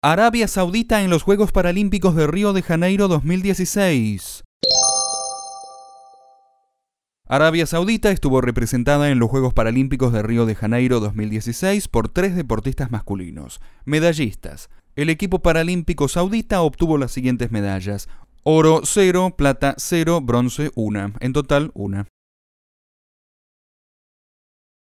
Arabia Saudita en los Juegos Paralímpicos de Río de Janeiro 2016. Arabia Saudita estuvo representada en los Juegos Paralímpicos de Río de Janeiro 2016 por 3 deportistas masculinos. Medallistas. El equipo paralímpico saudita obtuvo las siguientes medallas: oro 0, plata 0, bronce 1, en total 1.